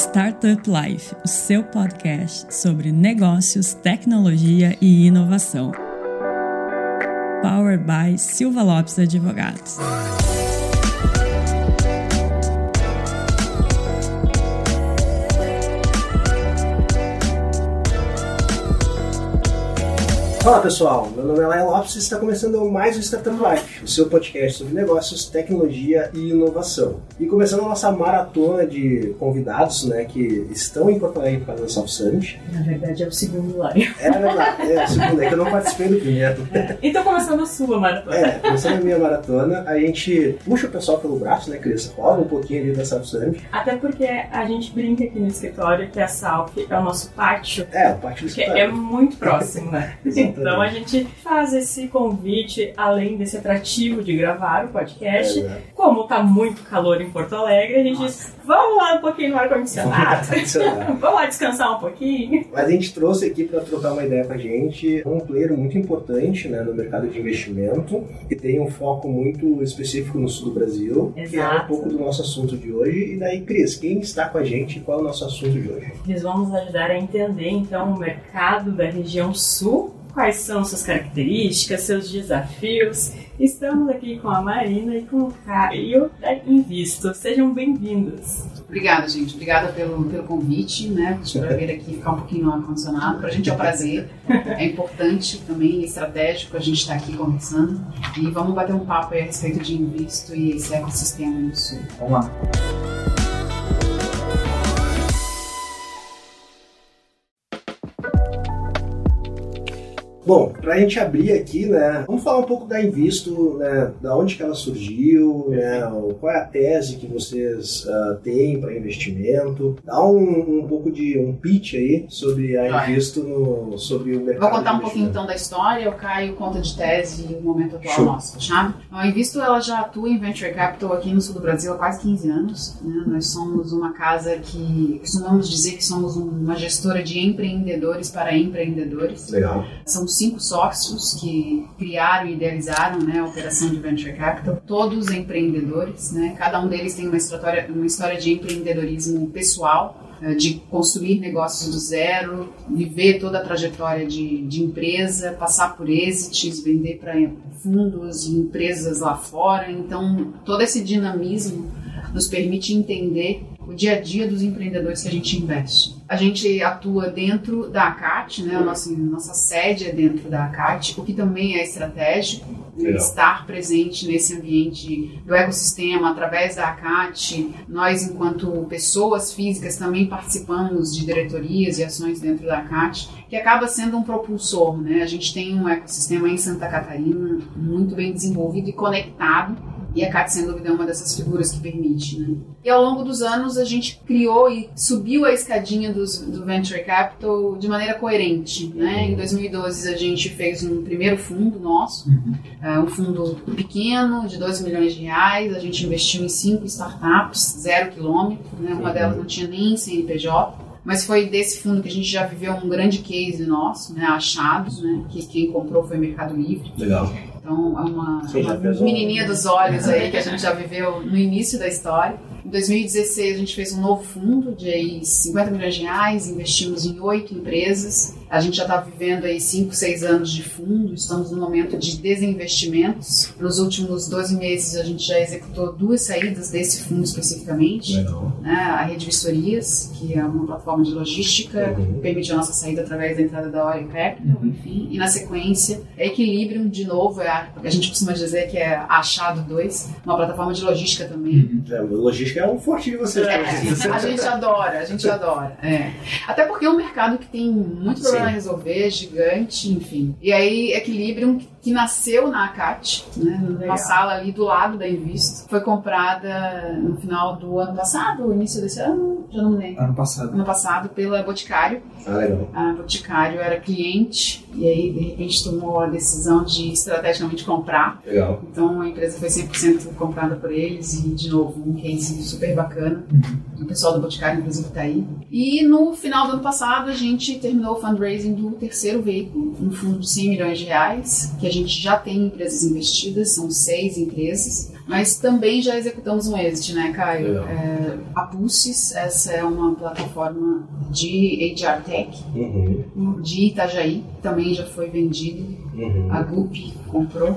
Startup Life, o seu podcast sobre negócios, tecnologia e inovação. Powered by Silva Lopes Advogados. Fala pessoal, meu nome é Laia Lopes e está começando mais o Startup Life, o seu podcast sobre negócios, tecnologia e inovação. E começando a nossa maratona de convidados, né, que estão em Porto Alegre para o South Summit. Na verdade é o segundo, Laia. É verdade, é o segundo, é que eu não participei do primeiro. Então começando a sua maratona. Começando a minha maratona, a gente puxa o pessoal pelo braço, né, Cris? Rola um pouquinho ali da South Summit. Até porque a gente brinca aqui no escritório que a South é o nosso pátio. É, o pátio do escritório. É muito próximo, né? Então a gente faz esse convite, além desse atrativo de gravar o podcast. Como tá muito calor em Porto Alegre, a gente diz, vamos lá um pouquinho no ar-condicionado. Vamos lá descansar um pouquinho. Mas a gente trouxe aqui para trocar uma ideia com a gente um player muito importante, né, no mercado de investimento, que tem um foco muito específico no sul do Brasil. Exato. Que é um pouco do nosso assunto de hoje. E daí, Cris, quem está com a gente e qual é o nosso assunto de hoje? Eles vão nos ajudar a entender, então, o mercado da região sul. Quais são suas características, seus desafios? Estamos aqui com a Marina e com o Caio da Invisto. Sejam bem-vindos. Obrigada, gente. Obrigada pelo convite, né? Para vir aqui ficar um pouquinho no ar-condicionado. Para a gente é um prazer. É importante também, estratégico, a gente estar aqui conversando. E vamos bater um papo aí a respeito de Invisto e esse ecossistema no Sul. Vamos lá. Bom, para a gente abrir aqui, né, vamos falar um pouco da Invisto, né, da onde que ela surgiu, né, qual é a tese que vocês têm para investimento. Dá um pouco de um pitch aí sobre a Invisto, sobre o mercado. Vou contar um pouquinho então da história, o Caio conta de tese e o momento atual nosso, fechado? A Invisto ela já atua em Venture Capital aqui no sul do Brasil há quase 15 anos. Né? Nós somos uma casa que costumamos dizer que somos uma gestora de empreendedores para empreendedores. Legal. São 5 sócios que criaram e idealizaram, né, a operação de Venture Capital, todos empreendedores, né, cada um deles tem uma história de empreendedorismo pessoal, de construir negócios do zero, viver toda a trajetória de empresa, passar por exits, vender para fundos e empresas lá fora. Então, todo esse dinamismo nos permite entender o dia a dia dos empreendedores que a gente investe. A gente atua dentro da ACAT, né? A nossa sede é dentro da ACAT, o que também é estratégico, estar presente nesse ambiente do ecossistema através da ACAT. Nós, enquanto pessoas físicas, também participamos de diretorias e ações dentro da ACAT, que acaba sendo um propulsor, né? A gente tem um ecossistema em Santa Catarina muito bem desenvolvido e conectado, e a CAT, sem dúvida, é uma dessas figuras que permite, né? E ao longo dos anos a gente criou e subiu a escadinha do Venture Capital de maneira coerente, né? Em 2012 a gente fez um primeiro fundo nosso, um fundo pequeno de 12 milhões de reais. A gente investiu em 5 startups, 0 quilômetro, né? Uma delas não tinha nem CNPJ. Mas foi desse fundo que a gente já viveu um grande case nosso, né? Achados, né? Que quem comprou foi o Mercado Livre. Legal. Então é uma menininha dos olhos aí que a gente já viveu no início da história. Em 2016 a gente fez um novo fundo de 50 milhões de reais, investimos em 8 empresas. A gente já está vivendo aí 5, 6 anos de fundo, estamos no momento de desinvestimentos. Nos últimos 12 meses a gente já executou 2 saídas desse fundo especificamente. Legal. Né? A Rede Vistorias, que é uma plataforma de logística, que permite a nossa saída através da entrada da Ori Capital, enfim. E na sequência, a Equilibrium, de novo, a gente costuma dizer que é a Achado 2, uma plataforma de logística também. Logística é um forte de vocês. A gente adora. Até porque é um mercado que tem muito problema a resolver, gigante, enfim. E aí, Equilibrium, que nasceu na ACAT, né, numa sala ali do lado da Invisto, foi comprada no final do ano passado, início desse ano, já não me lembro. Ano passado, pela Boticário. Legal. A Boticário era cliente e aí, de repente, tomou a decisão de estrategicamente comprar. Legal. Então, a empresa foi 100% comprada por eles e, de novo, um case super bacana. O pessoal da Boticário, inclusive, está aí. E no final do ano passado, a gente terminou o fundraising do terceiro veículo, um fundo de 100 milhões de reais, que a gente já tem empresas investidas, são 6 empresas. Mas também já executamos um exit, né, Caio? A Pulses, essa é uma plataforma de HR Tech, de Itajaí, também já foi vendido. A Gup comprou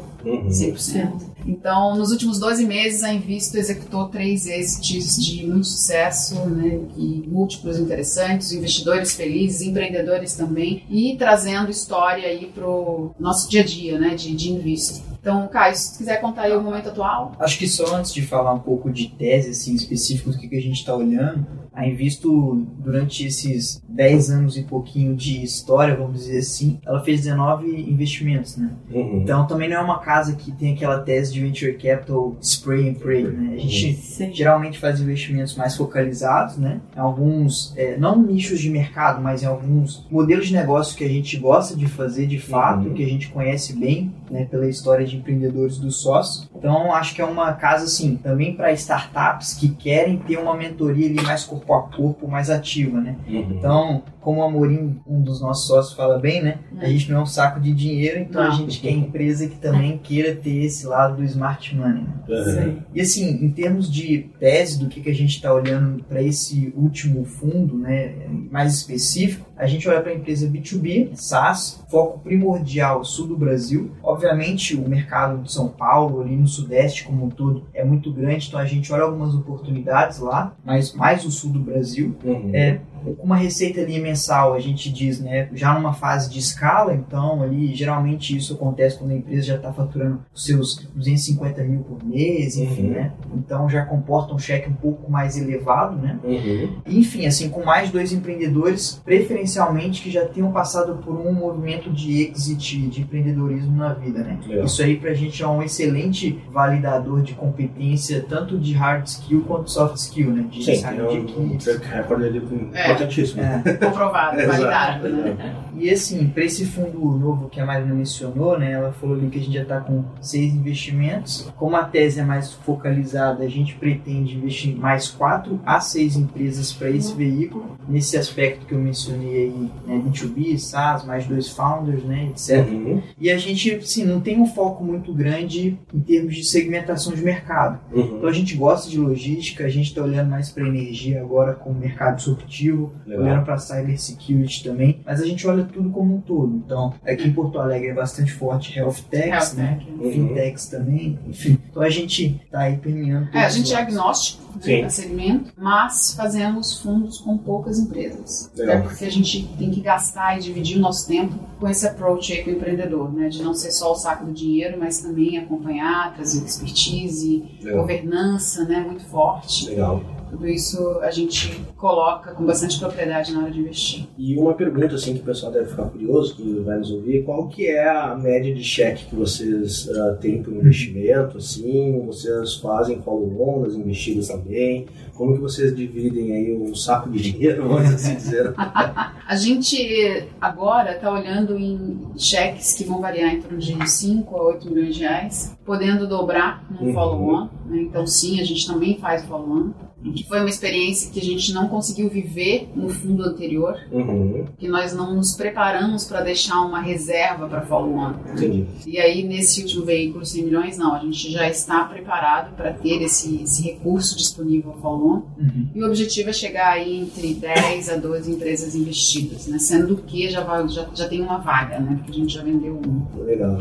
100%. Então, nos últimos 12 meses, a Invisto executou 3 exits de muito sucesso, né, e múltiplos interessantes, investidores felizes, empreendedores também, e trazendo história aí pro nosso dia a dia, né, de Invisto. Então, Caio, se quiser contar aí o momento atual. Acho que só antes de falar um pouco de tese, assim, específico do que a gente está olhando, a Invisto, durante esses 10 anos e pouquinho de história, vamos dizer assim, ela fez 19 investimentos, né? Então, também não é uma casa que tem aquela tese de Venture Capital spray and pray, né? A gente geralmente faz investimentos mais focalizados, né? Em alguns, não nichos de mercado, mas em alguns modelos de negócio que a gente gosta de fazer de fato, que a gente conhece bem, né, pela história de empreendedores dos sócios. Então, acho que é uma casa, assim, também para startups que querem ter uma mentoria ali mais corpo a corpo, mais ativa, né? Então, como o Amorim, um dos nossos sócios, fala bem, né? A gente não é um saco de dinheiro, então a gente quer empresa que também queira ter esse lado do smart money, né? E assim, em termos de tese do que a gente está olhando para esse último fundo, né, mais específico, a gente olha para a empresa B2B, SaaS, foco primordial sul do Brasil. Obviamente, o mercado de São Paulo, ali no Sudeste como um todo, é muito grande, então a gente olha algumas oportunidades lá, mas mais o sul do Brasil. Com uma receita ali mensal, a gente diz, né, já numa fase de escala, então ali geralmente isso acontece quando a empresa já está faturando os seus 250 mil por mês, enfim, né? Então já comporta um cheque um pouco mais elevado, né? Enfim, assim, com mais 2 empreendedores, preferencialmente que já tenham passado por um movimento de exit, de empreendedorismo na vida, né? Isso aí pra gente é um excelente validador de competência, tanto de hard skill quanto soft skill, né? De design de equipe. Importantíssimo. Comprovado, validado, né? E assim, para esse fundo novo que a Marina mencionou, né, ela falou ali que a gente já está com 6 investimentos. Como a tese é mais focalizada, a gente pretende investir mais 4 a 6 empresas para esse veículo. Nesse aspecto que eu mencionei aí, né, B2B, SaaS, mais 2 founders, né, etc. E a gente, assim, não tem um foco muito grande em termos de segmentação de mercado. Então a gente gosta de logística, a gente está olhando mais para energia agora com o mercado disruptivo, olhando para cyber security também, mas a gente olha tudo como um todo. Então, aqui em Porto Alegre é bastante forte health techs, né? Fintechs também, enfim. Então a gente está aí permeando. A gente é agnóstico, né, para segmento, mas fazemos fundos com poucas empresas. É porque a gente tem que gastar e dividir o nosso tempo com esse approach aí com o empreendedor, né? De não ser só o saco do dinheiro, mas também acompanhar, trazer expertise, governança, né? Muito forte. Tudo isso a gente coloca com bastante propriedade na hora de investir. E uma pergunta assim que o pessoal deve ficar curioso, que vai nos ouvir, qual que é a média de cheque que vocês têm por investimento? Assim, vocês fazem follow-on das investidas também? Como que vocês dividem aí o saco de dinheiro, vamos assim dizer? A gente agora está olhando em cheques que vão variar em torno de 5 a 8 milhões de reais, podendo dobrar no follow-on, né? Então sim, a gente também faz follow-on, que foi uma experiência que a gente não conseguiu viver no fundo anterior, que nós não nos preparamos para deixar uma reserva para follow-on. E aí, nesse último veículo, 100 milhões, não, a gente já está preparado para ter esse recurso disponível ao follow-on, e o objetivo é chegar aí entre 10 a 12 empresas investidas, né? Sendo que já tem uma vaga, né? Porque a gente já vendeu um. Legal.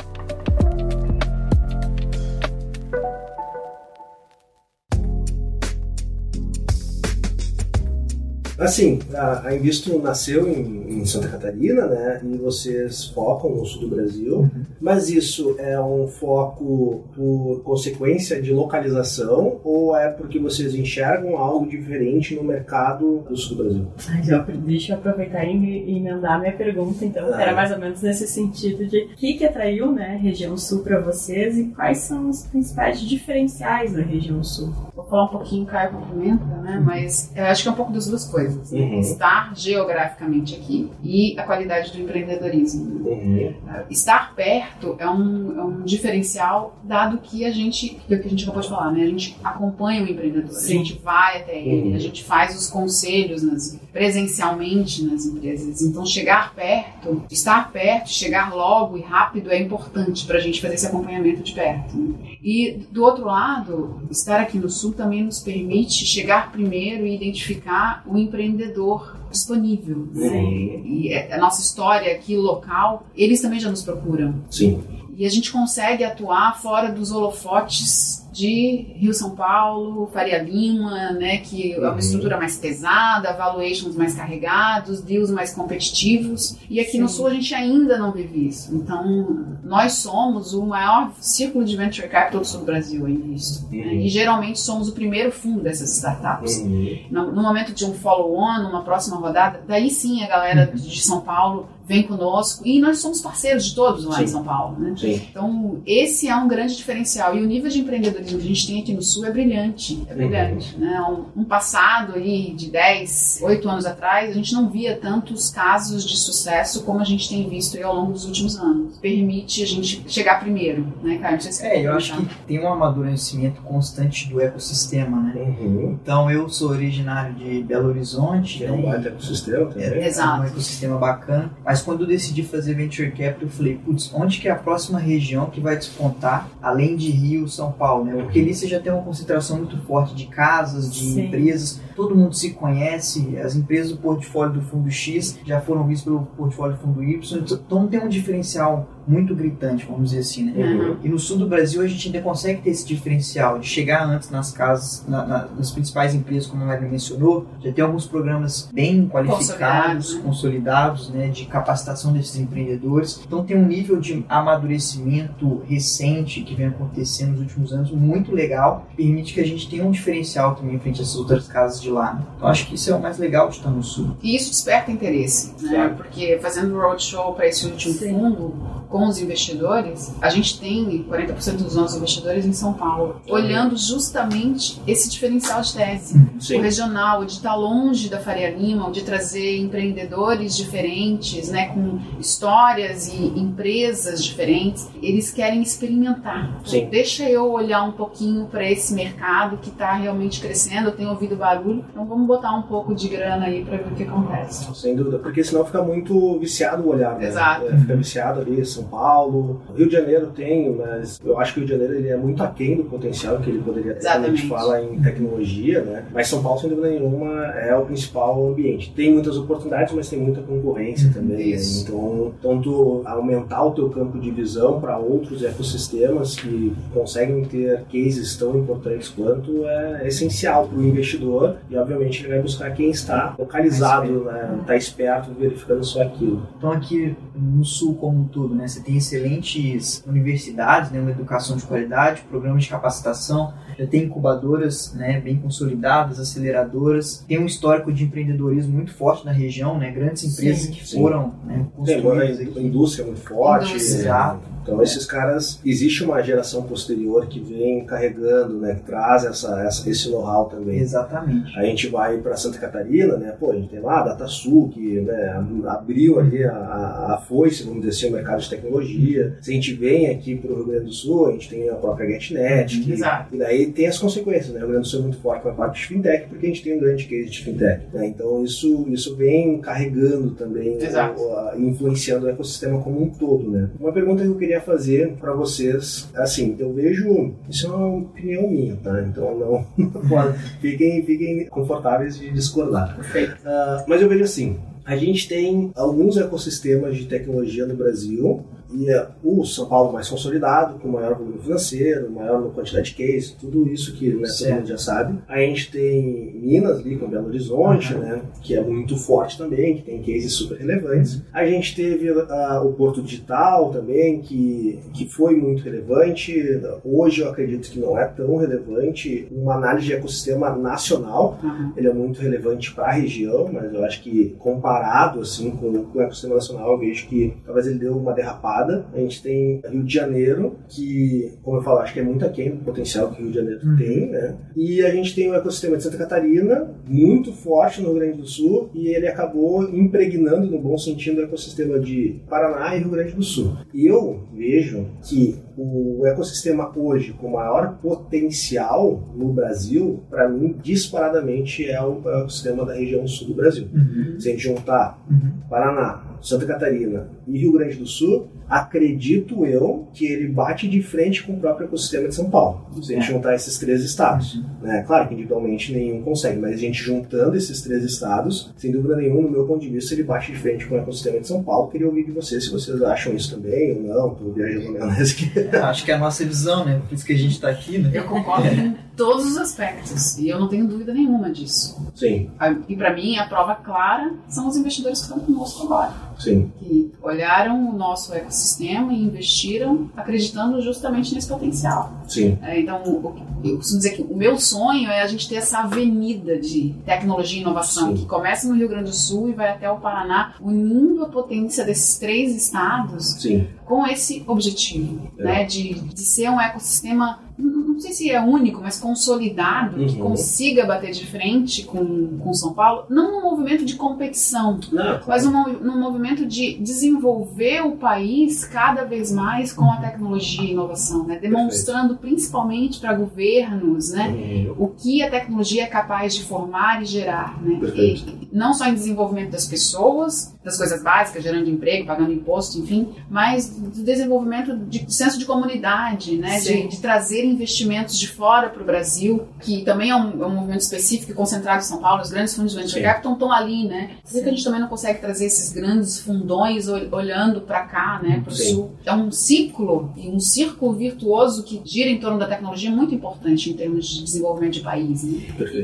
Assim, a Invisto nasceu em Santa Catarina, né? E vocês focam no sul do Brasil, mas isso é um foco por consequência de localização ou é porque vocês enxergam algo diferente no mercado do sul do Brasil? Deixa eu aproveitar e emendar a minha pergunta, então, era mais ou menos nesse sentido de o que atraiu, né, a região sul para vocês e quais são os principais diferenciais da região sul? Vou falar um pouquinho, Caio complementa, né? Mas eu acho que é um pouco das duas coisas. Estar geograficamente aqui e a qualidade do empreendedorismo. Estar perto é um diferencial, dado que a gente, que é o que a gente acabou de falar, né? A gente acompanha o empreendedor, a gente vai até ele, a gente faz os conselhos nas presencialmente nas empresas. Então, chegar perto, estar perto, chegar logo e rápido é importante para a gente fazer esse acompanhamento de perto, né? E, do outro lado, estar aqui no Sul também nos permite chegar primeiro e identificar o empreendedor disponível, né? E a nossa história aqui local, eles também já nos procuram. Sim. E a gente consegue atuar fora dos holofotes de Rio São Paulo, Faria Lima, né, que é uma estrutura mais pesada, valuations mais carregados, deals mais competitivos. E aqui no Sul a gente ainda não vive isso. Então, nós somos o maior círculo de venture capital do Sul do Brasil, eu invisto. Né? E geralmente somos o primeiro fundo dessas startups. No momento de um follow-on, numa próxima rodada, daí sim a galera de São Paulo vem conosco, e nós somos parceiros de todos lá em São Paulo, né? Então, esse é um grande diferencial, e o nível de empreendedorismo que a gente tem aqui no Sul é brilhante, né? Um passado aí de 8 anos atrás, a gente não via tantos casos de sucesso como a gente tem visto aí ao longo dos últimos anos. Permite a gente chegar primeiro, né, Caio? Não sei se eu acho que tem um amadurecimento constante do ecossistema, né? Então, eu sou originário de Belo Horizonte, é um baita ecossistema também. Exato. É um ecossistema bacana, mas quando eu decidi fazer Venture Capital, eu falei, putz, onde que é a próxima região que vai despontar, além de Rio, São Paulo, né? Porque ali você já tem uma concentração muito forte de casas, de empresas, todo mundo se conhece, as empresas do portfólio do fundo X já foram vistas pelo portfólio do fundo Y, então tem um diferencial muito gritante, vamos dizer assim, né? E no sul do Brasil a gente ainda consegue ter esse diferencial de chegar antes nas casas, nas principais empresas, como a Maria mencionou, já tem alguns programas bem qualificados, consolidados, né, de capacitação desses empreendedores. Então tem um nível de amadurecimento recente que vem acontecendo nos últimos anos muito legal, que permite que a gente tenha um diferencial também frente a essas outras casas de lá. Então acho que isso é o mais legal de estar no sul. E isso desperta interesse, né? Porque fazendo roadshow para esse último fundo, com os investidores, a gente tem 40% dos nossos investidores em São Paulo, olhando justamente esse diferencial de tese, o regional, de estar longe da Faria Lima, de trazer empreendedores diferentes, né, com histórias e empresas diferentes. Eles querem experimentar. Então, deixa eu olhar um pouquinho para esse mercado que está realmente crescendo, eu tenho ouvido barulho, então vamos botar um pouco de grana aí para ver o que acontece. Sem dúvida, porque senão fica muito viciado o olhar, né? Exato. Fica viciado ali, São Paulo, Rio de Janeiro tem, mas eu acho que o Rio de Janeiro ele é muito aquém do potencial que ele poderia ter quando a gente fala em tecnologia, né? Mas São Paulo, sem dúvida nenhuma, é o principal ambiente. Tem muitas oportunidades, mas tem muita concorrência também. Né? Então tu aumentar o teu campo de visão para outros ecossistemas que conseguem ter cases tão importantes quanto é essencial para o investidor, e obviamente ele vai buscar quem está localizado, né? Está esperto, verificando só aquilo. Então aqui no sul como um todo, né? Você tem excelentes universidades, né? Uma educação de qualidade, programas de capacitação, já tem incubadoras, né? Bem consolidadas, aceleradoras, tem um histórico de empreendedorismo muito forte na região, né? Grandes empresas que foram, né, construídas aqui. A indústria muito forte. Exato. Então esses caras, existe uma geração posterior que vem carregando, né, que traz esse know-how também. Exatamente. A gente vai para Santa Catarina, né, a gente tem lá a DataSul, que, né, abriu ali a foice, vamos dizer assim, o mercado de tecnologia. Se a gente vem aqui para o Rio Grande do Sul, a gente tem a própria GetNet, e daí tem as consequências, né, o Rio Grande do Sul é muito forte com a parte de fintech, porque a gente tem um grande case de fintech, né, então isso vem carregando também, influenciando o ecossistema como um todo, né. Uma pergunta que eu queria fazer para vocês, assim, eu vejo, isso é uma opinião minha, tá? Então não fiquem confortáveis de discordar. Mas eu vejo assim, a gente tem alguns ecossistemas de tecnologia no Brasil, e o São Paulo mais consolidado, com maior volume financeiro, maior quantidade de case, tudo isso que, né, todo mundo já sabe. A gente tem Minas ali com Belo Horizonte, né, que é muito forte também, que tem cases super relevantes. A gente teve o Porto Digital também, que foi muito relevante. Hoje eu acredito que não é tão relevante. Uma análise de ecossistema nacional, ele é muito relevante para a região, mas eu acho que comparado assim, com o ecossistema nacional, eu vejo que talvez ele deu uma derrapada conectada. A gente tem Rio de Janeiro, que, como eu falo, acho que é muito aquém do potencial que o Rio de Janeiro tem, né? E a gente tem o ecossistema de Santa Catarina, muito forte no Rio Grande do Sul, e ele acabou impregnando, no bom sentido, o ecossistema de Paraná e Rio Grande do Sul. E eu vejo que o ecossistema hoje com maior potencial no Brasil, para mim, disparadamente é o ecossistema da região sul do Brasil. Se a gente juntar Paraná, Santa Catarina e Rio Grande do Sul, acredito eu que ele bate de frente com o próprio ecossistema de São Paulo. Se a gente juntar esses 3 estados. Né? Claro que individualmente nenhum consegue, mas a gente juntando esses 3 estados, sem dúvida nenhuma, no meu ponto de vista, ele bate de frente com o ecossistema de São Paulo. Queria ouvir de vocês se vocês acham isso também ou não. Estou viajando na maionese aqui. Acho que é a nossa visão, né? Por isso que a gente está aqui, né? Eu concordo em todos os aspectos. E eu não tenho dúvida nenhuma disso. Sim. E para mim, a prova clara são os investidores que estão conosco agora. Sim. Que olharam o nosso ecossistema e investiram acreditando justamente nesse potencial. Sim. Então, eu costumo dizer que o meu sonho é a gente ter essa avenida de tecnologia e inovação que começa no Rio Grande do Sul e vai até o Paraná, unindo a potência desses 3 estados com esse objetivo, né, de ser um ecossistema, não sei se é único, mas consolidado, que consiga bater de frente com São Paulo, não num movimento de competição, mas num movimento de desenvolver o país cada vez mais com a tecnologia e inovação, né, demonstrando principalmente para governos, né, o que a tecnologia é capaz de formar e gerar, né, e não só em desenvolvimento das pessoas, das coisas básicas, gerando emprego, pagando imposto, enfim, mas do desenvolvimento de senso de comunidade, né, de trazer investimentos de fora para o Brasil, que também é um movimento específico e concentrado em São Paulo. Os grandes fundos de venture capital estão ali, né? Por que a gente também não consegue trazer esses grandes fundões olhando para cá, né, para o sul? É um ciclo e um círculo virtuoso que gira em torno da tecnologia muito importante em termos de desenvolvimento de país, né?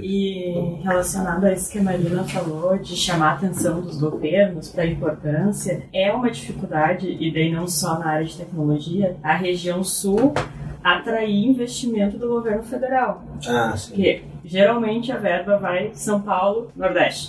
E relacionado a isso que a Marina falou, de chamar a atenção dos governos para a importância, é uma dificuldade, e daí não só na área de tecnologia, a região sul atrair investimento do governo federal. Sim. Porque geralmente a verba vai São Paulo, Nordeste.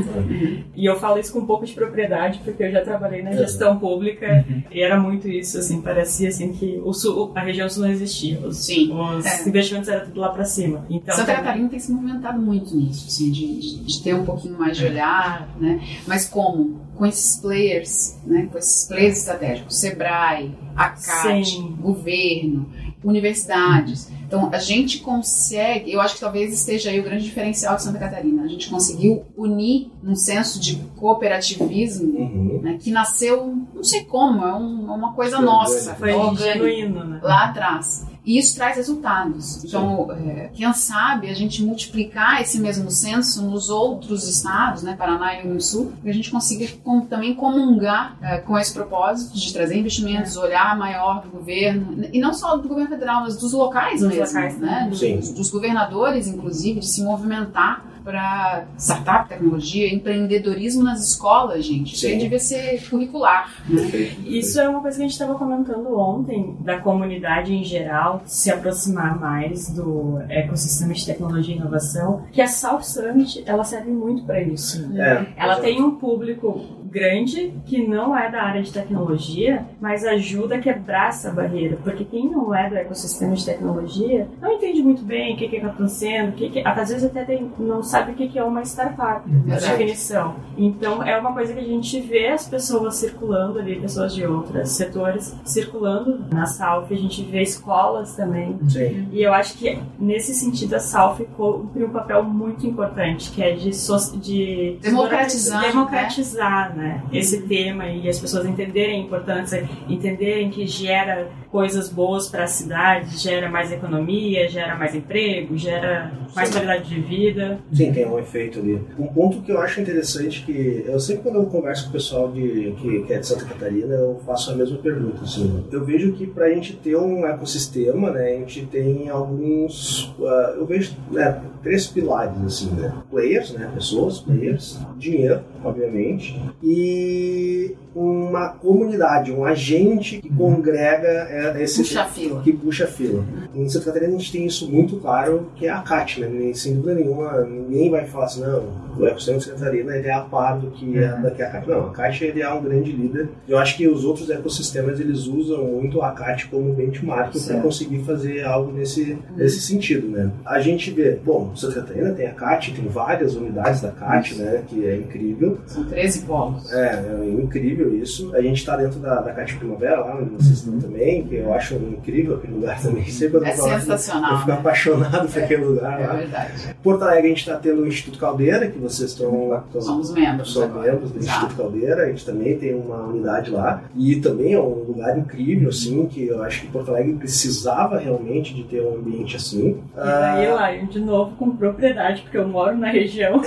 E eu falo isso com um pouco de propriedade, porque eu já trabalhei na gestão pública e era muito isso, assim, parecia assim que o sul, a região sul não existia. Os investimentos eram tudo lá pra cima. Então, Santa Catarina tem se movimentado muito nisso, assim, de ter um pouquinho mais de olhar, né? Mas como? Com esses players, né? Com esses players estratégicos, Sebrae, ACAT, governo, universidades. Então, a gente consegue, eu acho que talvez esteja aí o grande diferencial de Santa Catarina. A gente conseguiu unir um senso de cooperativismo, né, que nasceu, não sei como, é uma coisa nossa. Foi genuíno, né? Lá atrás. E isso traz resultados. Então, quem sabe a gente multiplicar esse mesmo senso nos outros estados, né, Paraná e Rio Grande do Sul, que a gente consiga também comungar com esse propósito de trazer investimentos, olhar maior do governo, e não só do governo federal, mas dos locais mesmo, né? Dos governadores, inclusive, de se movimentar para startup, tecnologia, empreendedorismo nas escolas, gente. Isso aí devia ser curricular. Né? Isso é uma coisa que a gente estava comentando ontem, da comunidade em geral se aproximar mais do ecossistema de tecnologia e inovação, que a South Summit, ela serve muito para isso. Ela tem um público grande que não é da área de tecnologia, mas ajuda a quebrar essa barreira, porque quem não é do ecossistema de tecnologia não entende muito bem o que está acontecendo, às vezes até não sabe o que é uma startup, a definição. Então é uma coisa que a gente vê as pessoas circulando ali, pessoas de outros setores circulando na South, a gente vê escolas também. Sim. E eu acho que nesse sentido a South cumpre um papel muito importante, que é de democratizar, né, esse tema, e as pessoas entenderem a importância, entenderem que gera coisas boas para a cidade, gera mais economia, gera mais emprego, gera mais qualidade de vida. Sim, tem um efeito ali. Um ponto que eu acho interessante, que eu sempre quando eu converso com o pessoal que é de Santa Catarina, eu faço a mesma pergunta. Assim, eu vejo que para a gente ter um ecossistema, né, a gente tem alguns, eu vejo 3 pilares, assim, né? Players, né, pessoas, players, dinheiro, obviamente, e uma comunidade, um agente que congrega que puxa a fila. Em Santa Catarina a gente tem isso muito claro, que é a CAT, né? Sem dúvida nenhuma, ninguém vai falar assim, não, o ecossistema de Santa Catarina ele é a par do que é a CAT. Não, a CAT ele é um grande líder. Eu acho que os outros ecossistemas eles usam muito a CAT como benchmark para conseguir fazer algo nesse sentido, né? A gente vê, bom, Santa Catarina tem a CAT, tem várias unidades da CAT, né? Que é incrível. São 13 polos. É incrível isso. A gente está dentro da CAT Primavera, lá onde vocês estão também, que eu acho incrível aquele lugar também. É sensacional. Eu fico apaixonado por aquele lugar lá. É verdade. Porto Alegre a gente está tendo o Instituto Caldeira, que vocês somos membros. São membros do Instituto Caldeira, a gente também tem uma unidade lá. E também é um lugar incrível, assim, que eu acho que Porto Alegre precisava realmente de ter um ambiente assim. E daí lá, de novo, com propriedade, porque eu moro na região.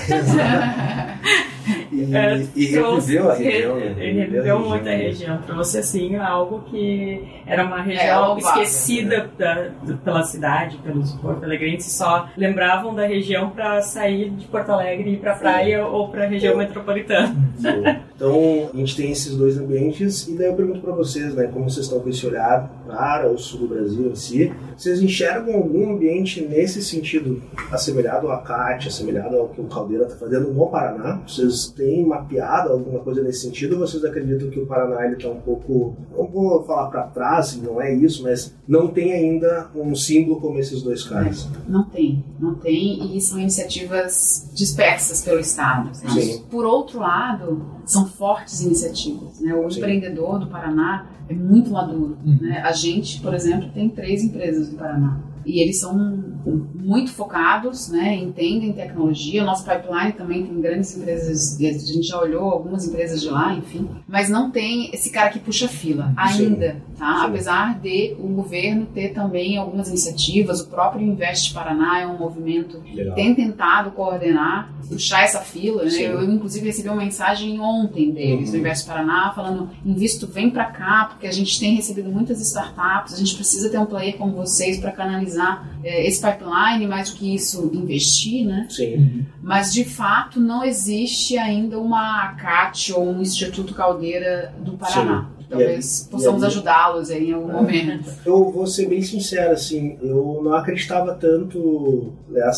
E reviveu a região. Reviveu muito a região. Trouxe, assim, algo que era uma região esquecida pela cidade, pelos porto-alegrenses, só lembravam da região para sair de Porto Alegre e ir para a praia ou para a região metropolitana. Então, a gente tem esses dois ambientes e daí eu pergunto para vocês, né, como vocês estão com esse olhar para o sul do Brasil em si, vocês enxergam algum ambiente nesse sentido assemelhado à CAT, assemelhado ao que o Caldeira está fazendo no Paraná? Vocês têm mapeado alguma coisa nesse sentido ou vocês acreditam que o Paraná está um pouco, não vou falar para trás, não é isso, mas não tem ainda um símbolo como esses dois caras? Não tem e são iniciativas dispersas pelo Estado. Né? Por outro lado, são fortes iniciativas. Né? O empreendedor do Paraná é muito maduro. Né? A gente, por exemplo, tem 3 empresas no Paraná. E eles são muito focados, né, entendem tecnologia. O nosso pipeline também tem grandes empresas, a gente já olhou algumas empresas de lá, enfim. Mas não tem esse cara que puxa fila ainda, tá? Apesar de o governo ter também algumas iniciativas, o próprio Invest Paraná é um movimento que tem tentado coordenar, puxar essa fila, né? Eu inclusive recebi uma mensagem ontem deles, do Invest Paraná, falando, Invisto, vem pra cá, porque a gente tem recebido muitas startups, a gente precisa ter um player como vocês para canalizar esse pipeline, mais do que isso, investir, né? Sim. Mas, de fato, não existe ainda uma CAT ou um Instituto Caldeira do Paraná. Talvez possamos ajudá-los aí em algum momento. Eu vou ser bem sincero, assim, eu não acreditava tanto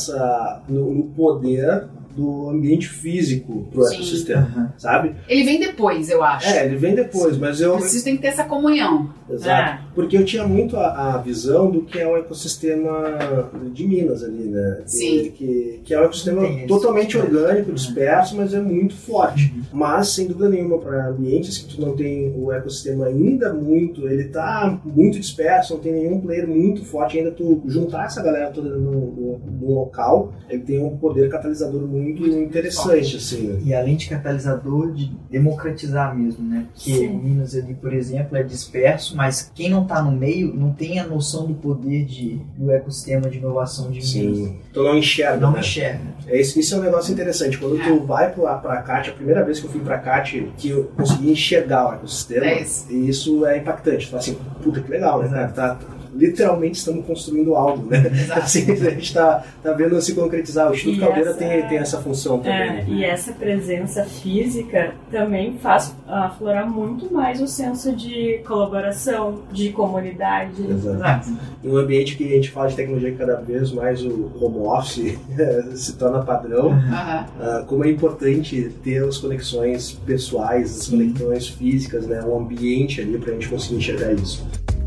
no poder do ambiente físico pro ecossistema, sabe? Ele vem depois, eu acho. Ele vem depois, mas eu... Tem que ter essa comunhão. Exato. Porque eu tinha muito a visão do que é um ecossistema de Minas ali, né? Sim. Que é um ecossistema totalmente orgânico, disperso, mas é muito forte. Mas, sem dúvida nenhuma, para ambientes que tu não tem o ecossistema ainda muito, ele tá muito disperso, não tem nenhum player muito forte, ainda tu juntar essa galera toda no local, ele tem um poder catalisador muito interessante, assim, né? E além de catalisador, de democratizar mesmo, né? Porque Minas ali, por exemplo, é disperso, mas quem não está no meio não tem a noção do poder do ecossistema de inovação de Minas. Tu não enxerga, Não enxerga. Isso é um negócio interessante. Quando tu vai pra CAT, a primeira vez que eu fui pra CAT, que eu consegui enxergar o ecossistema, e isso é impactante. Tu fala assim, puta, que legal, né, cara? Literalmente estamos construindo algo, né? Assim, a gente está vendo se concretizar. O Instituto Caldeira tem essa função também. E essa presença física também faz aflorar muito mais o senso de colaboração, de comunidade. Exato. Em um ambiente que a gente fala de tecnologia, cada vez mais o home office se torna padrão, como é importante ter as conexões pessoais, as conexões físicas, né? Um ambiente ali para a gente conseguir enxergar isso.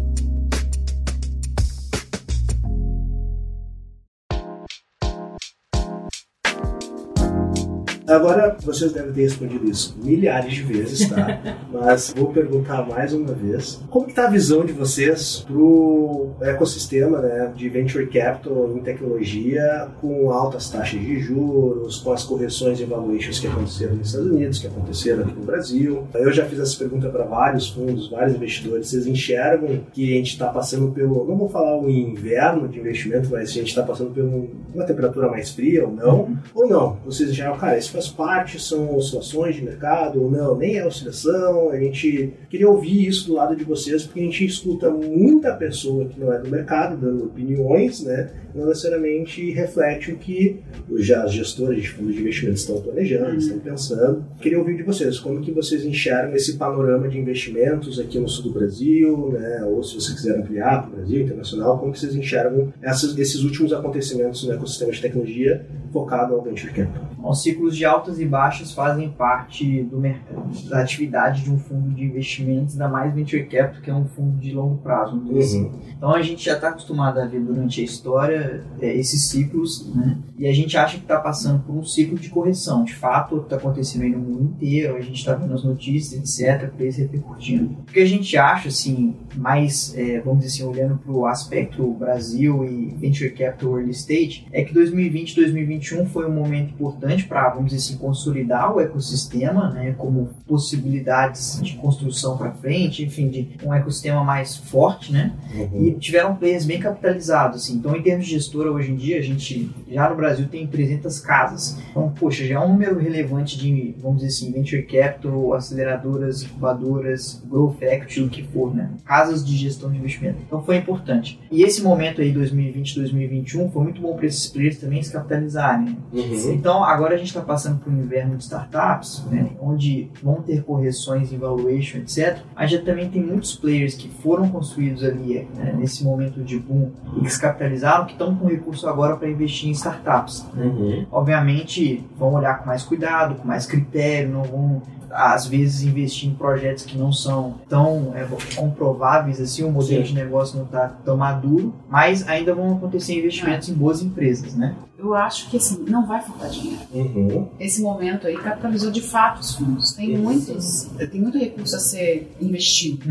Agora, vocês devem ter respondido isso milhares de vezes, tá? Mas vou perguntar mais uma vez. Como que tá a visão de vocês pro ecossistema, né, de Venture Capital em tecnologia, com altas taxas de juros, com as correções e valuations que aconteceram nos Estados Unidos, que aconteceram aqui no Brasil? Eu já fiz essa pergunta para vários fundos, vários investidores. Vocês enxergam que a gente está passando pelo, não vou falar o inverno de investimento, mas a gente está passando por uma temperatura mais fria ou não? Ou não? Vocês enxergam, cara, esse faz parte, são oscilações de mercado ou não, nem é oscilação. A gente queria ouvir isso do lado de vocês, porque a gente escuta muita pessoa que não é do mercado dando opiniões, né? Não necessariamente reflete o que as gestoras de fundos de investimentos estão planejando, estão pensando. Queria ouvir de vocês, como que vocês enxergam esse panorama de investimentos aqui no sul do Brasil, né? Ou se vocês quiserem ampliar para o Brasil, internacional, como que vocês enxergam esses últimos acontecimentos no ecossistema de tecnologia focado ao venture capital? Os ciclos de altas e baixas fazem parte do mercado, da atividade de um fundo de investimentos, ainda mais venture capital, que é um fundo de longo prazo. Então a gente já está acostumado a ver durante a história esses ciclos, né? E a gente acha que está passando por um ciclo de correção. De fato, está acontecendo aí no mundo inteiro, a gente está vendo as notícias, etc., para isso repercutindo. O que a gente acha, assim, mais, vamos dizer assim, olhando para o aspecto Brasil e venture capital early stage, é que 2020 2021 foi um momento importante para, vamos dizer assim, consolidar o ecossistema, né, como possibilidades de construção para frente, enfim, de um ecossistema mais forte, né, e tiveram players bem capitalizados, assim. Então, em termos de gestora, hoje em dia, a gente já no Brasil tem 300 casas. Então, poxa, já é um número relevante de, vamos dizer assim, venture capital, aceleradoras, incubadoras, growth equity, o que for, né, casas de gestão de investimento. Então, foi importante. E esse momento aí, 2020, 2021, foi muito bom para esses players também se capitalizarem. Então, agora a gente está passando por um inverno de startups, né, onde vão ter correções em valuation, etc. A gente também tem muitos players que foram construídos ali, né, nesse momento de boom e que se capitalizaram, que estão com recurso agora para investir em startups. Né? Obviamente, vão olhar com mais cuidado, com mais critério, não vão, às vezes, investir em projetos que não são tão comprováveis, assim, o modelo de negócio não está tão maduro, mas ainda vão acontecer investimentos em boas empresas, né? Eu acho que, assim, não vai faltar dinheiro. Esse momento aí capitalizou de fato os fundos. Tem muito recurso a ser investido.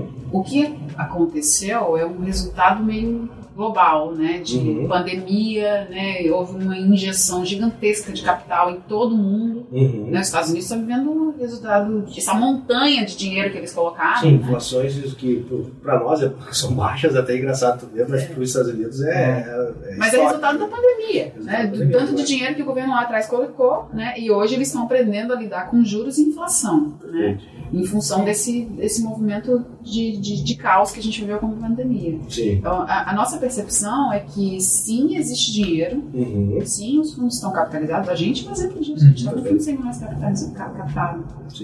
O que aconteceu é um resultado meio global, né, de pandemia, né, houve uma injeção gigantesca de capital em todo o mundo, né, os Estados Unidos estão vivendo o resultado dessa montanha de dinheiro que eles colocaram. Sim, inflações que para nós são baixas, até engraçado ver, mas para os Estados Unidos mas é resultado da pandemia, né, do tanto de dinheiro que o governo lá atrás colocou, né, e hoje eles estão aprendendo a lidar com juros e inflação, né, em função desse movimento de caos que a gente viveu com a pandemia. Então, a nossa percepção é que sim, existe dinheiro, sim, os fundos estão capitalizados, a gente faz exemplo disso, a gente está no fundo sem mais capitado.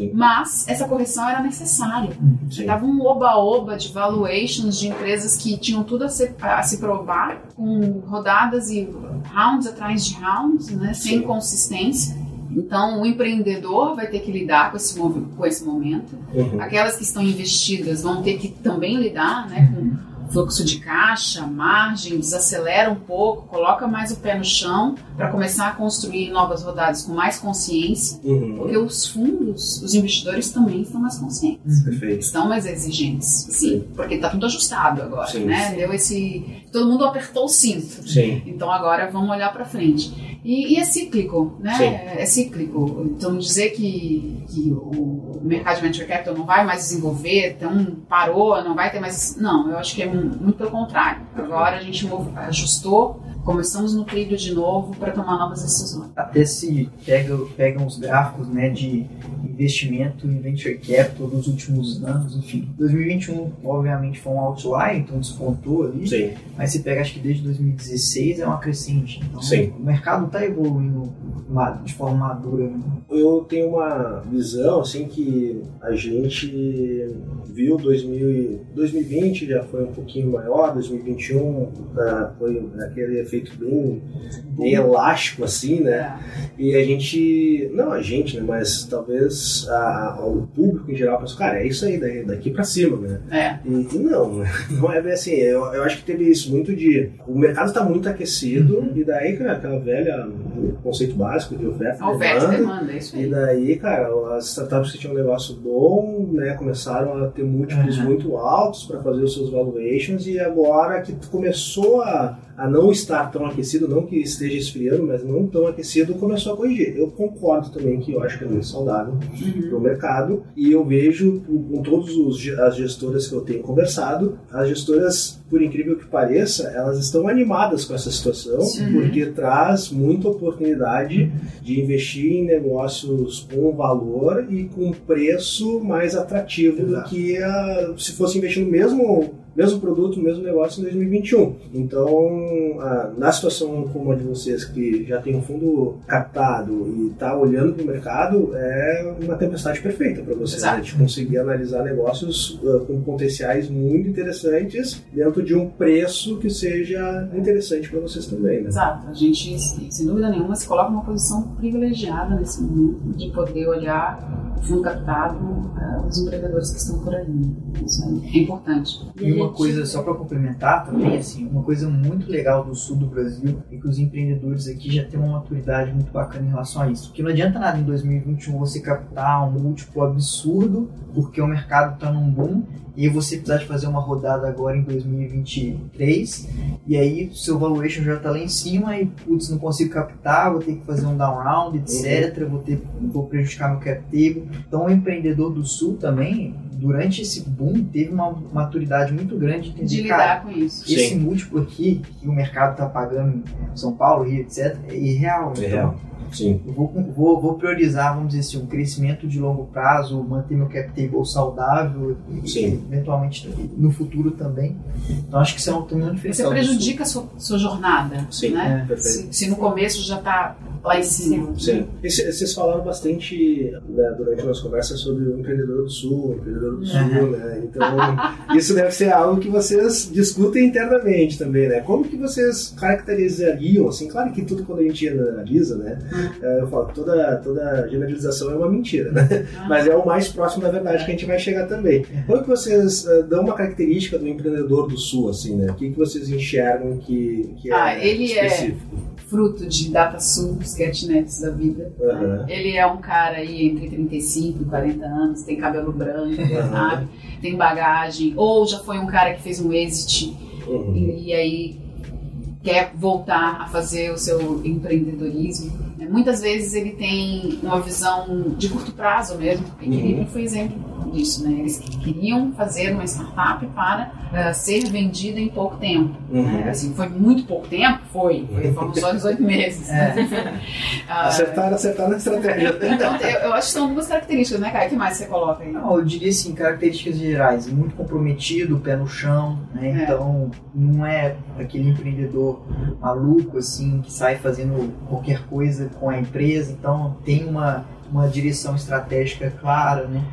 Mas essa correção era necessária. Estava um oba-oba de valuations de empresas que tinham tudo a se provar, com rodadas e rounds atrás de rounds, né, sem consistência. Então, o empreendedor vai ter que lidar com esse momento. Aquelas que estão investidas vão ter que também lidar, né, com fluxo de caixa, margem, desacelera um pouco, coloca mais o pé no chão para começar a construir novas rodadas com mais consciência, porque os fundos, os investidores também estão mais conscientes, estão mais exigentes, sim, porque está tudo ajustado agora, né? Deu todo mundo apertou o cinto, então agora vamos olhar para frente. E é cíclico, né? É cíclico. Então, dizer que o mercado de venture capital não vai mais desenvolver, então parou, não vai ter mais... Não, eu acho que é muito pelo contrário. Agora a gente ajustou, começamos no trilho de novo para tomar novas decisões. Até se pegam os gráficos, né, de investimento em venture capital dos últimos anos, enfim. 2021, obviamente, foi um outlier, então despontou ali. Mas se pega, acho que desde 2016 é uma crescente. Então, o mercado está evoluindo de forma madura. Né? Eu tenho uma visão, assim, que a gente viu 2020 já foi um pouquinho maior, 2021 foi aquele efeito bem elástico, assim, né? E a gente, né, mas talvez o público em geral pensou, cara, é isso aí, daqui pra cima, né? E não, né? Não é bem assim. Eu acho que teve isso muito de... O mercado está muito aquecido e daí, cara, aquela velha conceito básico de oferta e demanda, é isso aí. E daí, cara, as startups que tinham um negócio bom, né, começaram a ter múltiplos muito altos para fazer os seus valuations, e agora que começou a a não estar tão aquecido, não que esteja esfriando, mas não tão aquecido, começou a corrigir. Eu concordo também que eu acho que é muito saudável para o mercado, e eu vejo com todas as gestoras que eu tenho conversado, as gestoras, por incrível que pareça, elas estão animadas com essa situação, porque traz muita oportunidade de investir em negócios com valor e com preço mais atrativo do que se fosse investir no mesmo produto, mesmo negócio em 2021. Então, na situação como a de vocês, que já tem um fundo captado e está olhando para o mercado, é uma tempestade perfeita para vocês, né? De conseguir analisar negócios com potenciais muito interessantes dentro de um preço que seja interessante para vocês também, né? Exato. A gente, sem dúvida nenhuma, se coloca numa posição privilegiada nesse momento de poder olhar fundo captado, os empreendedores que estão por aí. Isso é importante. E uma coisa, só para complementar também, assim, uma coisa muito legal do sul do Brasil é que os empreendedores aqui já têm uma maturidade muito bacana em relação a isso. Porque não adianta nada em 2021 você captar um múltiplo absurdo, porque o mercado está num boom, e você precisar de fazer uma rodada agora em 2023, e aí o seu valuation já está lá em cima, e putz, não consigo captar, vou ter que fazer um down round, etc, vou prejudicar meu cap table. Então o empreendedor do sul também, durante esse boom, teve uma maturidade muito grande de lidar com isso. Esse múltiplo aqui, que o mercado está pagando em São Paulo, Rio, etc, é irreal. É real. Sim. Vou priorizar, vamos dizer assim, um crescimento de longo prazo, manter meu cap table saudável, e eventualmente no futuro também. Então acho que isso é um diferencial. Você prejudica a sua jornada, sim, né? Se no começo já está lá em cima. Sim. Vocês falaram bastante, né, durante a nossa conversa sobre o empreendedor do sul, né? Então isso deve ser algo que vocês discutem internamente também, né? Como que vocês caracterizariam, assim, claro que tudo quando a gente analisa, né? Eu falo, toda generalização é uma mentira, né? Mas é o mais próximo da verdade que a gente vai chegar também. Como que vocês dão uma característica do empreendedor do sul, assim, né? O que vocês enxergam que é ele específico? É fruto de DataSul, os kitnets da vida. Ele é um cara aí entre 35 e 40 anos, tem cabelo branco, sabe? Tem bagagem, ou já foi um cara que fez um exit e aí quer voltar a fazer o seu empreendedorismo. Muitas vezes ele tem uma visão de curto prazo mesmo. A Equilíbrio foi exemplo disso, né? Eles queriam fazer uma startup para ser vendida em pouco tempo. Né? Assim, foi muito pouco tempo? Foram só 18 meses. Acertaram a estratégia. Então, eu acho que são algumas características, né, Caio? O que mais você coloca aí? Não, eu diria assim, características gerais. Muito comprometido, pé no chão, né? Então, não é aquele empreendedor maluco, assim, que sai fazendo qualquer coisa com a empresa. Então, tem uma direção estratégica clara, né?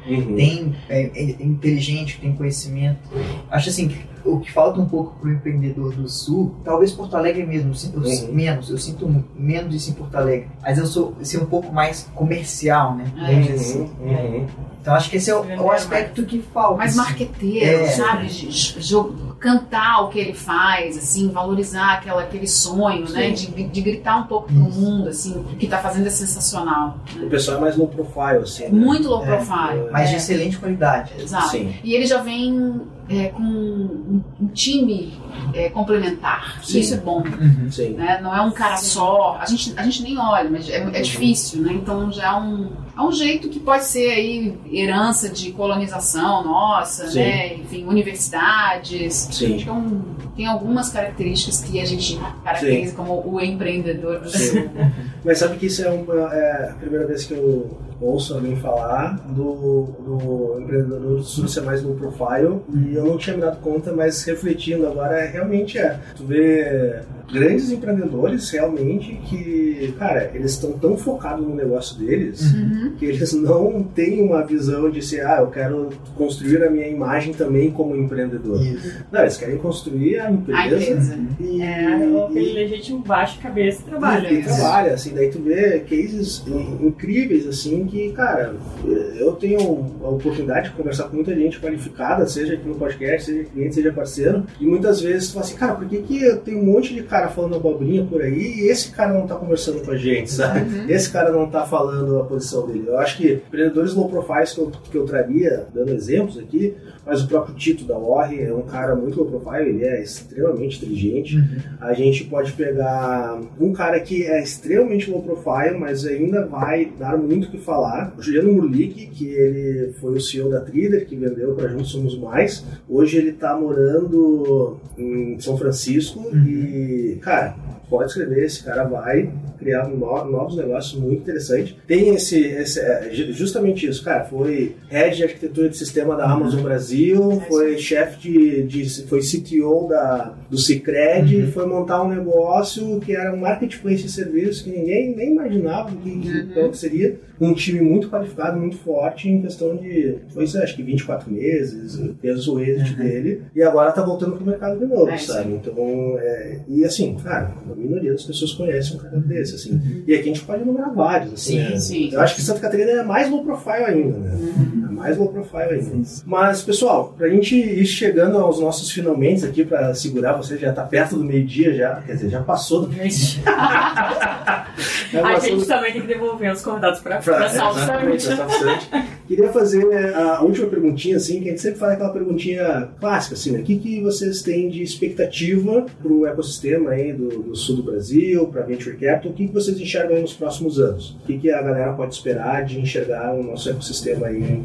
É inteligente, tem conhecimento. Acho assim, o que falta um pouco para o empreendedor do Sul, talvez Porto Alegre mesmo, eu sinto menos isso em Porto Alegre, mas eu sou um pouco mais comercial, né? Então acho que esse é o aspecto que falta. Mais marqueteiro, sabe? Cantar o que ele faz, assim, valorizar aquele sonho, né? De gritar um pouco pro mundo, assim, o que tá fazendo é sensacional. Né? O pessoal é mais low profile, assim. Muito low profile. Mas de excelente qualidade. Exato. Sim. E ele já vem com um time complementar. Isso é bom. Né? Não é um cara só. A gente nem olha, mas é difícil, né? Então já é um jeito que pode ser aí herança de colonização nossa, né? Enfim, universidades. Acho que tem algumas características que a gente caracteriza como o empreendedor do Sul. Mas sabe que isso é a primeira vez que eu ouço alguém falar do empreendedor do Sul ser mais low profile, e eu não tinha me dado conta, mas refletindo agora, realmente tu vê grandes empreendedores realmente que, cara, eles estão tão focados no negócio deles que eles não têm uma visão de ser, eu quero construir a minha imagem também como empreendedor. Não, eles querem construir a empresa. Aquele legítimo baixo cabeça trabalha. Trabalha, assim, daí tu vê cases incríveis, assim, que, cara, eu tenho a oportunidade de conversar com muita gente qualificada, seja aqui no podcast, seja cliente, seja parceiro, e muitas vezes tu fala assim, cara, por que eu tenho um monte de cara falando abobrinha por aí e esse cara não tá conversando com a gente, sabe? Esse cara não tá falando a posição dele. Eu acho que empreendedores low profiles que eu traria, dando exemplos aqui, mas o próprio Tito da Orre é um cara muito low profile, ele é extremamente inteligente. A gente pode pegar um cara que é extremamente low profile, mas ainda vai dar muito o que falar. O Juliano Murlik, que ele foi o CEO da Trader, que vendeu para Juntos Somos Mais. Hoje ele tá morando em São Francisco e, cara, pode escrever, esse cara vai criar novos negócios muito interessantes. Tem justamente isso, cara, foi head de arquitetura de sistema da Amazon Brasil, foi chefe foi CTO do Sicredi, foi montar um negócio que era um marketplace de serviços que ninguém nem imaginava o que seria. Um time muito qualificado, muito forte, em questão de, acho que 24 meses, fez o êxito dele, e agora tá voltando pro mercado de novo, sabe? Então, e assim, cara, a minoria das pessoas conhece um cara desse, assim. E aqui a gente pode enumerar vários, assim. Sim. Eu acho que Santa Catarina é mais low profile ainda, né? É mais low profile ainda. Mas, pessoal, pra gente ir chegando aos nossos finalmente aqui, pra segurar, você já tá perto do meio-dia, quer dizer, já passou do meio-dia. A gente também tem que devolver os convidados pra South Summit. Queria fazer a última perguntinha, assim, que a gente sempre faz aquela perguntinha clássica, assim, né? O que vocês têm de expectativa pro ecossistema aí do sul do Brasil, pra Venture Capital? O que vocês enxergam aí nos próximos anos? O que a galera pode esperar de enxergar o nosso ecossistema aí em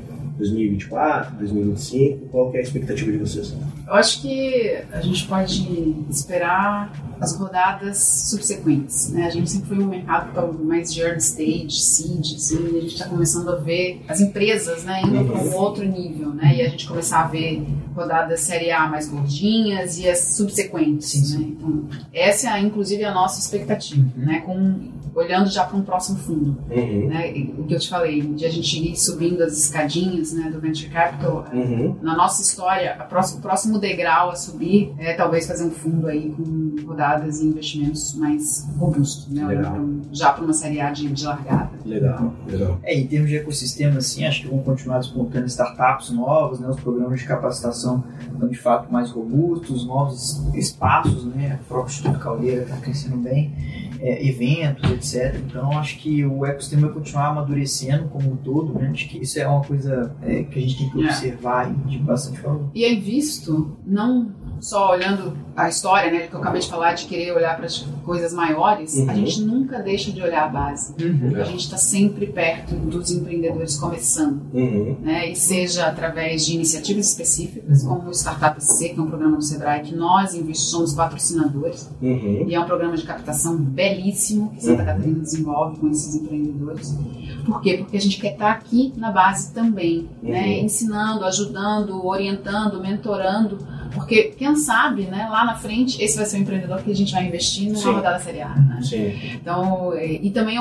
2024, 2025? Qual que é a expectativa de vocês? Eu acho que a gente pode esperar as rodadas subsequentes, né? A gente sempre foi um mercado mais de early stage, seed, assim, e a gente está começando a ver as empresas, né, indo para um outro nível, né? E a gente começar a ver rodadas série A mais gordinhas e as subsequentes, né? Então, essa é inclusive a nossa expectativa, né? Olhando já para um próximo fundo, né? O que eu te falei, de a gente ir subindo as escadinhas, né, do Venture Capital, na nossa história, o próximo degrau a subir é talvez fazer um fundo aí com rodadas e investimentos mais robustos, né? Já para uma série A de largada. Legal. Em termos de ecossistema, assim, acho que vão continuar despontando startups novas, né? Os programas de capacitação estão de fato mais robustos, novos espaços, né? O próprio Instituto Caldeira está crescendo bem, eventos, etc. Então, acho que o ecossistema vai continuar amadurecendo como um todo, né? Acho que isso é uma coisa que a gente tem que observar de bastante forma. E é visto, não só olhando a história, né, que eu acabei de falar, de querer olhar para as coisas maiores, a gente nunca deixa de olhar a base. A gente está sempre perto dos empreendedores começando, né, e seja através de iniciativas específicas, como o Startup SC, que é um programa do Sebrae, que nós somos patrocinadores, e é um programa de captação belíssimo que Santa Catarina desenvolve com esses empreendedores. Por quê? Porque a gente quer estar aqui na base também, né, ensinando, ajudando, orientando, mentorando, porque quem sabe, né, lá na frente, esse vai ser o empreendedor que a gente vai investir numa rodada série A, né? Então, e também é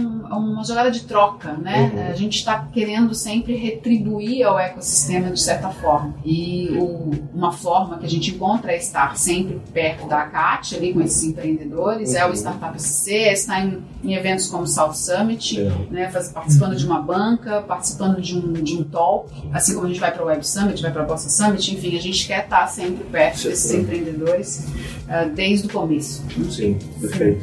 uma jogada de troca, né? A gente está querendo sempre retribuir ao ecossistema de certa forma. E uma forma que a gente encontra é estar sempre perto da ACAT, ali com esses empreendedores, é o Startup SC, é estar em eventos como o South Summit, né, participando de uma banca, participando de um talk, assim como a gente vai para o Web Summit, vai para a Bossa Summit, enfim, a gente quer estar sempre perto desses empreendedores desde o começo. Sim, perfeito.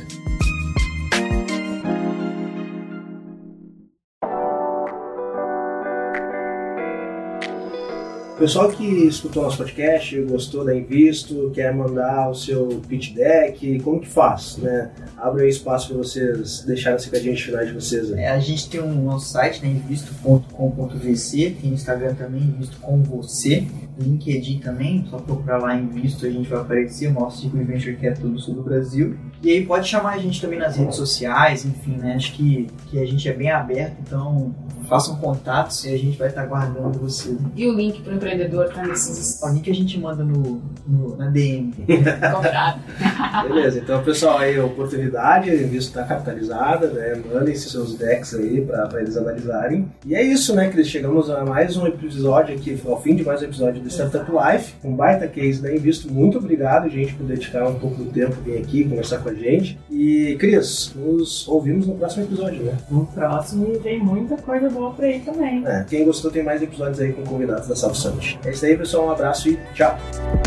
O pessoal que escutou nosso podcast, gostou da Invisto, quer mandar o seu pitch deck, como que faz, né? Abre aí espaço para vocês deixarem as recadinhas finais de vocês. A gente tem um nosso site, né, invisto.com.vc, tem no Instagram também, Invisto com você, LinkedIn também, só procurar lá Invisto, a gente vai aparecer, o nosso ciclo de Venture Capital do sul do Brasil. E aí pode chamar a gente também nas redes sociais, enfim, né? Acho que a gente é bem aberto, então façam contatos e a gente vai estar aguardando vocês. E o link para o empreendedor está nesses... O link a gente manda na DM. Comprado. Beleza, então pessoal, aí a oportunidade, a Invisto está capitalizada, né? Mandem seus decks aí para eles analisarem. E é isso, né, Cris? Chegamos a mais um episódio aqui, ao fim de mais um episódio do Startup Life, um baita case da Invisto. Muito obrigado, gente, por dedicar um pouco do tempo vir aqui conversar com a gente. E, Cris, nos ouvimos no próximo episódio, né? No próximo, e tem muita coisa boa por aí também. Quem gostou tem mais episódios aí com convidados da South Summit. É isso aí, pessoal. Um abraço e tchau!